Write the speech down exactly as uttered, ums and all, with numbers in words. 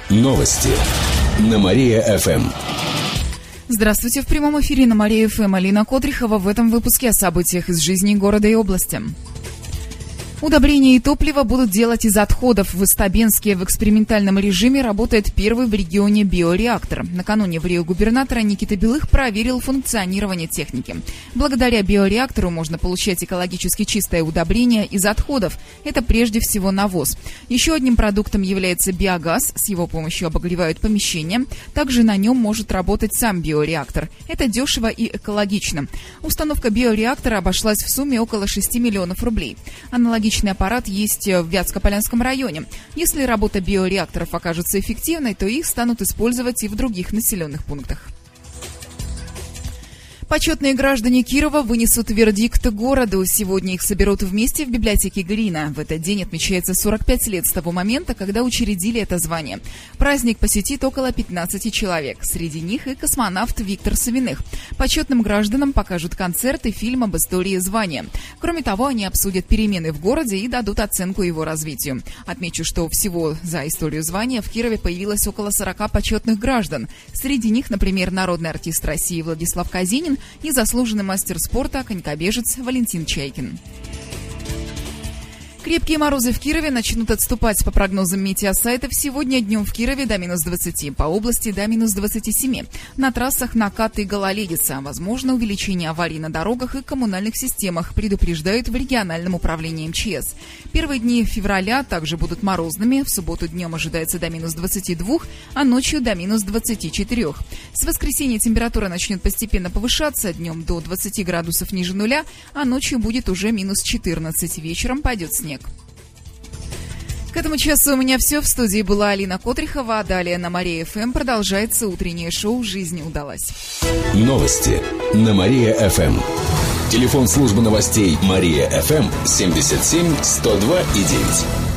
Новости на Мария-ФМ. Здравствуйте, в прямом эфире на Мария-ФМ Алина Котрихова. В этом выпуске о событиях из жизни города и области. Удобрения и топливо будут делать из отходов. В Истабенске в экспериментальном режиме работает первый в регионе биореактор. Накануне в Рио губернатора Никита Белых проверил функционирование техники. Благодаря биореактору можно получать экологически чистое удобрение из отходов. Это прежде всего навоз. Еще одним продуктом является биогаз. С его помощью обогревают помещения. Также на нем может работать сам биореактор. Это дешево и экологично. Установка биореактора обошлась в сумме около шести миллионов рублей. Аналогично Аналогичный аппарат есть в Вятско-Полянском районе. Если работа биореакторов окажется эффективной, то их станут использовать и в других населенных пунктах. Почетные граждане Кирова вынесут вердикт городу. Сегодня их соберут вместе в библиотеке Глина. В этот день отмечается сорок пять лет с того момента, когда учредили это звание. Праздник посетит около пятнадцати человек. Среди них и космонавт Виктор Савиных. Почетным гражданам покажут концерт и фильм об истории звания. Кроме того, они обсудят перемены в городе и дадут оценку его развитию. Отмечу, что всего за историю звания в Кирове появилось около сорока почетных граждан. Среди них, например, народный артист России Владислав Казинин и заслуженный мастер спорта, конькобежец Валентин Чайкин. Крепкие морозы в Кирове начнут отступать по прогнозам метеосайтов. Сегодня днем в Кирове до минус двадцати, по области до минус двадцати семи. На трассах накат и гололедица. Возможно увеличение аварий на дорогах и коммунальных системах, предупреждают в региональном управлении эм че эс. Первые дни февраля также будут морозными. В субботу днем ожидается до минус двадцати двух, а ночью до минус двадцати четырёх. С воскресенья температура начнет постепенно повышаться. Днем до двадцати градусов ниже нуля, а ночью будет уже минус четырнадцать. Вечером пойдет снег. К этому часу у меня все. В студии была Алина Котрихова. Далее на Мария-ФМ продолжается утреннее шоу «Жизнь удалась». Новости на Мария-ФМ. Телефон службы новостей Мария-ФМ семьдесят семь сто два и девять.